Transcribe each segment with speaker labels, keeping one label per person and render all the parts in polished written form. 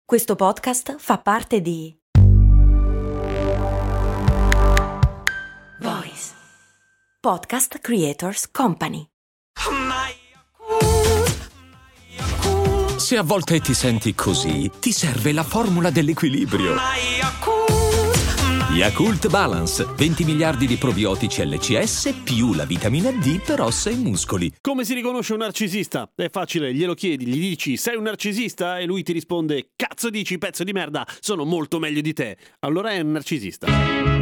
Speaker 1: Questo podcast fa parte di Voice Podcast Creators Company.
Speaker 2: Se a volte ti senti così, ti serve la formula dell'equilibrio. Yakult Balance, 20 miliardi di probiotici LCS più la vitamina D per ossa e muscoli.
Speaker 3: Come si riconosce un narcisista? È facile, glielo chiedi, gli dici sei un narcisista e lui ti risponde cazzo dici pezzo di merda, sono molto meglio di te. Allora è un narcisista.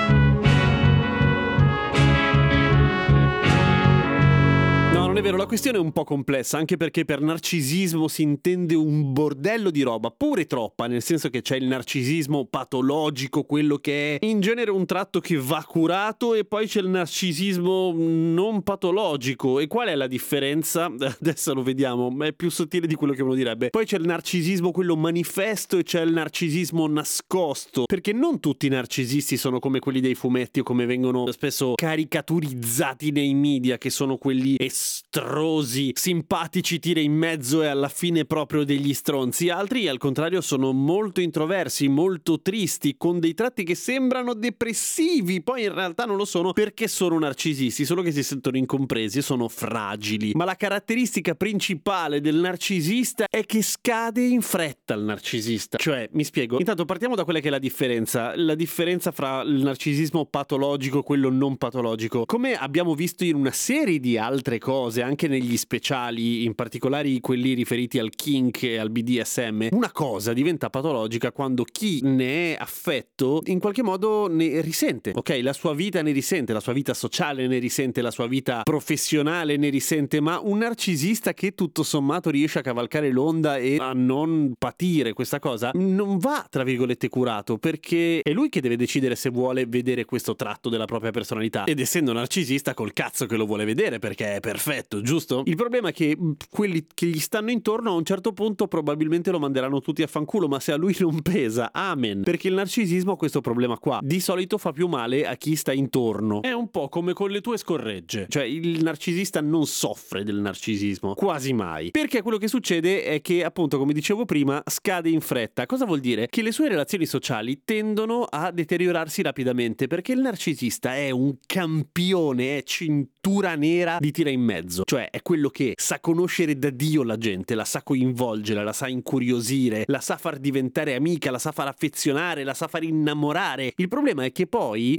Speaker 3: Non è vero, la questione è un po' complessa, anche perché per narcisismo si intende un bordello di roba, pure troppa, nel senso che c'è il narcisismo patologico, quello che è in genere un tratto che va curato, e poi c'è il narcisismo non patologico. E qual è la differenza? Adesso lo vediamo, ma è più sottile di quello che uno direbbe. Poi c'è il narcisismo quello manifesto e c'è il narcisismo nascosto, perché non tutti i narcisisti sono come quelli dei fumetti o come vengono spesso caricaturizzati nei media, che sono quelli estrosi, simpatici, tira in mezzo e alla fine proprio degli stronzi. Altri al contrario sono molto introversi, molto tristi, con dei tratti che sembrano depressivi, poi in realtà non lo sono perché sono narcisisti, solo che si sentono incompresi e sono fragili. Ma la caratteristica principale del narcisista è che scade in fretta il narcisista. Cioè, mi spiego, intanto partiamo da quella che è la differenza fra il narcisismo patologico e quello non patologico. Come abbiamo visto in una serie di altre cose, anche negli speciali, in particolare quelli riferiti al kink e al BDSM, una cosa diventa patologica quando chi ne è affetto in qualche modo ne risente, ok? La sua vita ne risente, la sua vita sociale ne risente, la sua vita professionale ne risente, ma un narcisista che tutto sommato riesce a cavalcare l'onda e a non patire questa cosa non va, tra virgolette, curato, perché è lui che deve decidere se vuole vedere questo tratto della propria personalità, ed essendo narcisista col cazzo che lo vuole vedere perché è perfetto, giusto? Il problema è che quelli che gli stanno intorno a un certo punto probabilmente lo manderanno tutti a fanculo, ma se a lui non pesa, amen, perché il narcisismo ha questo problema qua, di solito fa più male a chi sta intorno. È un po' come con le tue scorregge, cioè il narcisista non soffre del narcisismo, quasi mai, perché quello che succede è che, appunto, come dicevo prima, scade in fretta. Cosa vuol dire? Che le sue relazioni sociali tendono a deteriorarsi rapidamente, perché il narcisista è un campione, è cintura nera di tira in mezzo, cioè è quello che sa conoscere da Dio la gente, la sa coinvolgere, la sa incuriosire, la sa far diventare amica, la sa far affezionare, la sa far innamorare. Il problema è che poi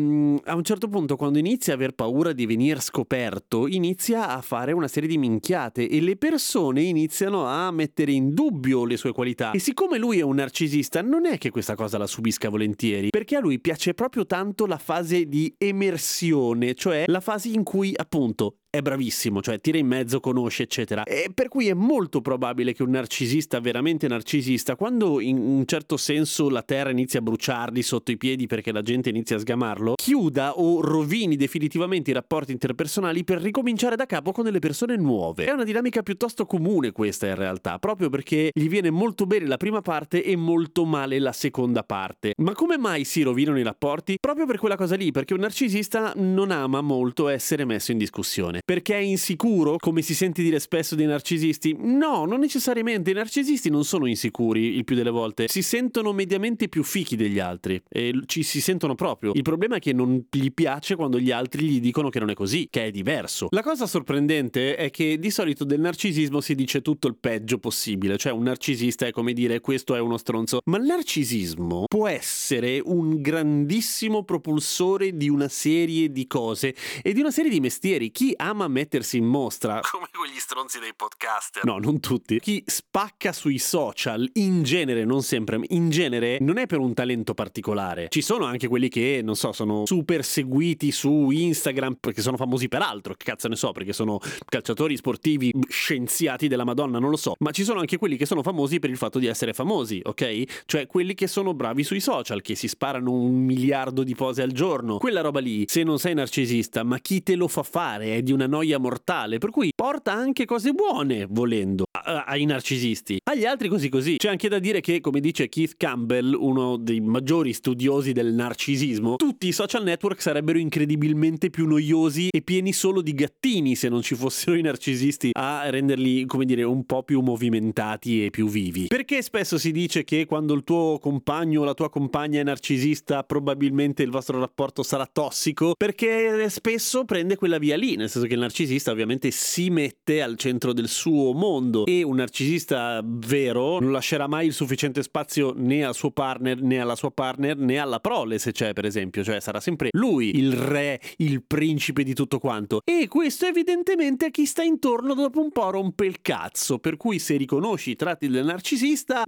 Speaker 3: a un certo punto, quando inizia a aver paura di venir scoperto, inizia a fare una serie di minchiate e le persone iniziano a mettere in dubbio le sue qualità. E siccome lui è un narcisista, non è che questa cosa la subisca volentieri, perché a lui piace proprio tanto la fase di emersione, cioè la fase in cui, appunto, è bravissimo, cioè tira in mezzo, conosce, eccetera. E per cui è molto probabile che un narcisista, veramente narcisista, quando in un certo senso la terra inizia a bruciargli sotto i piedi perché la gente inizia a sgamarlo, chiuda o rovini definitivamente i rapporti interpersonali per ricominciare da capo con delle persone nuove. È una dinamica piuttosto comune questa, in realtà, proprio perché gli viene molto bene la prima parte e molto male la seconda parte. Ma come mai si rovinano i rapporti? Proprio per quella cosa lì, perché un narcisista non ama molto essere messo in discussione. Perché è insicuro, come si sente dire spesso dei narcisisti? No, non necessariamente. I narcisisti non sono insicuri il più delle volte. Si sentono mediamente più fichi degli altri e ci si sentono proprio. Il problema è che non gli piace quando gli altri gli dicono che non è così, che è diverso. La cosa sorprendente è che di solito del narcisismo si dice tutto il peggio possibile. Cioè un narcisista è come dire questo è uno stronzo. Ma il narcisismo può essere un grandissimo propulsore di una serie di cose e di una serie di mestieri. Chi ama mettersi in mostra, come quegli stronzi dei podcaster, no, non tutti, chi spacca sui social, in genere, non sempre, in genere non è per un talento particolare. Ci sono anche quelli che, non so, sono super seguiti su Instagram perché sono famosi per altro, che cazzo ne so, perché sono calciatori sportivi, scienziati della Madonna, non lo so, ma ci sono anche quelli che sono famosi per il fatto di essere famosi, ok? Cioè quelli che sono bravi sui social, che si sparano 1 miliardo di pose al giorno, quella roba lì. Se non sei narcisista, ma chi te lo fa fare? È di una una noia mortale, per cui porta anche cose buone, volendo, ai narcisisti. Agli altri così. C'è anche da dire che, come dice Keith Campbell, uno dei maggiori studiosi del narcisismo, tutti i social network sarebbero incredibilmente più noiosi e pieni solo di gattini se non ci fossero i narcisisti a renderli, come dire, un po' più movimentati e più vivi. Perché spesso si dice che quando il tuo compagno o la tua compagna è narcisista probabilmente il vostro rapporto sarà tossico? Perché spesso prende quella via lì, nel senso che il narcisista ovviamente si mette al centro del suo mondo, e un narcisista vero non lascerà mai il sufficiente spazio né al suo partner, né alla sua partner, né alla prole, se c'è, per esempio. Cioè sarà sempre lui il re, il principe di tutto quanto, e questo evidentemente a chi sta intorno dopo un po' rompe il cazzo, per cui se riconosci i tratti del narcisista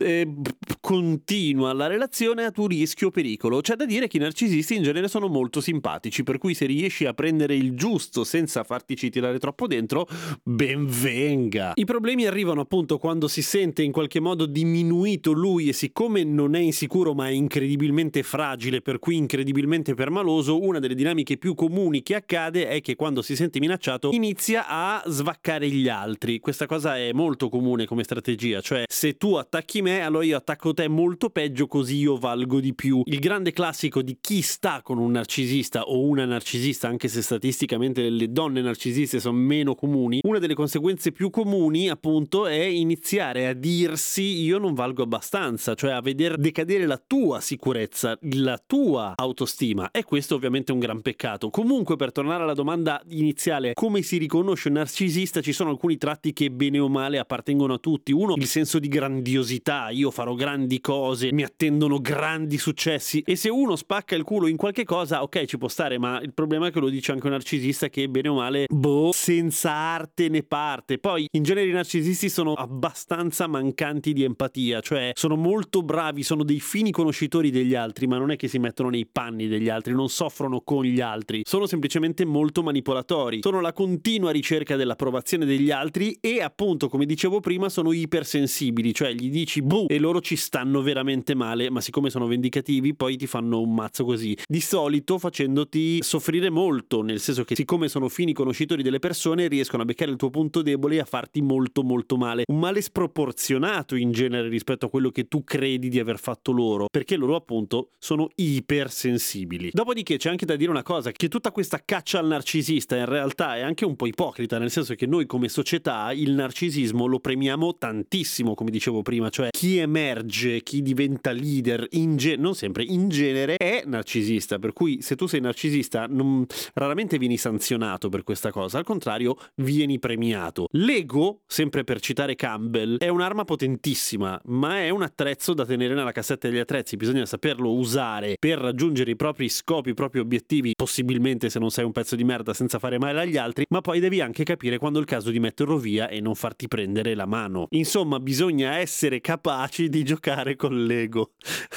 Speaker 3: continua la relazione a tuo rischio pericolo. C'è da dire che i narcisisti in genere sono molto simpatici, per cui se riesci a prendere il giusto senza fartici tirare troppo dentro, ben venga. I problemi arrivano appunto quando si sente in qualche modo diminuito lui, e siccome non è insicuro ma è incredibilmente fragile, per cui incredibilmente permaloso, una delle dinamiche più comuni che accade è che quando si sente minacciato inizia a svaccare gli altri. Questa cosa è molto comune come strategia, cioè se tu attacchi me, allora io attacco te molto peggio, così io valgo di più. Il grande classico di chi sta con un narcisista o una narcisista, anche se statisticamente le donne narcisiste sono meno comuni, una delle conseguenze più comuni appunto è iniziare a dirsi io non valgo abbastanza, cioè a veder decadere la tua sicurezza, la tua autostima, e questo ovviamente è un gran peccato. Comunque, per tornare alla domanda iniziale, come si riconosce un narcisista, ci sono alcuni tratti che bene o male appartengono a tutti. Uno, il senso di grandiosità, io farò grandi cose, mi attendono grandi successi, e se uno spacca il culo in qualche cosa, ok, ci può stare, ma il problema è che lo dice anche un narcisista che bene o male, senza arte né parte. Poi in genere i narcisisti sono abbastanza mancanti di empatia, cioè sono molto bravi, sono dei fini conoscitori degli altri, ma non è che si mettono nei panni degli altri, non soffrono con gli altri, sono semplicemente molto manipolatori, sono la continua ricerca dell'approvazione degli altri, e appunto, come dicevo prima, sono ipersensibili, cioè gli dici boh e loro ci stanno veramente male, ma siccome sono vendicativi poi ti fanno un mazzo così, di solito facendoti soffrire molto, nel senso che siccome sono fini conoscitori delle persone riescono a beccare il tuo punto debole e a farti molto molto male, un male sproporzionato in genere rispetto a quello che tu credi di aver fatto loro, perché loro appunto sono ipersensibili. Dopodiché c'è anche da dire una cosa, che tutta questa caccia al narcisista in realtà è anche un po' ipocrita, nel senso che noi come società il narcisismo lo premiamo tantissimo, come dicevo prima, cioè chi emerge, chi diventa leader, non sempre, in genere è narcisista, per cui se tu sei narcisista raramente vieni sanzionato per questa cosa, al contrario vieni premiato. L'ego, sempre per citare Campbell, è un'arma potentissima, ma è un attrezzo da tenere nella cassetta degli attrezzi, bisogna saperlo usare per raggiungere i propri scopi, i propri obiettivi, possibilmente se non sei un pezzo di merda senza fare male agli altri, ma poi devi anche capire quando è il caso di metterlo via e non farti prendere la mano. Insomma, bisogna essere capaci di giocare con l'ego.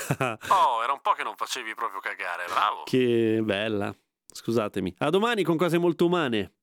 Speaker 4: Oh, era un po' che non facevi proprio cagare, bravo.
Speaker 3: Che bella. Scusatemi. A domani con cose molto umane.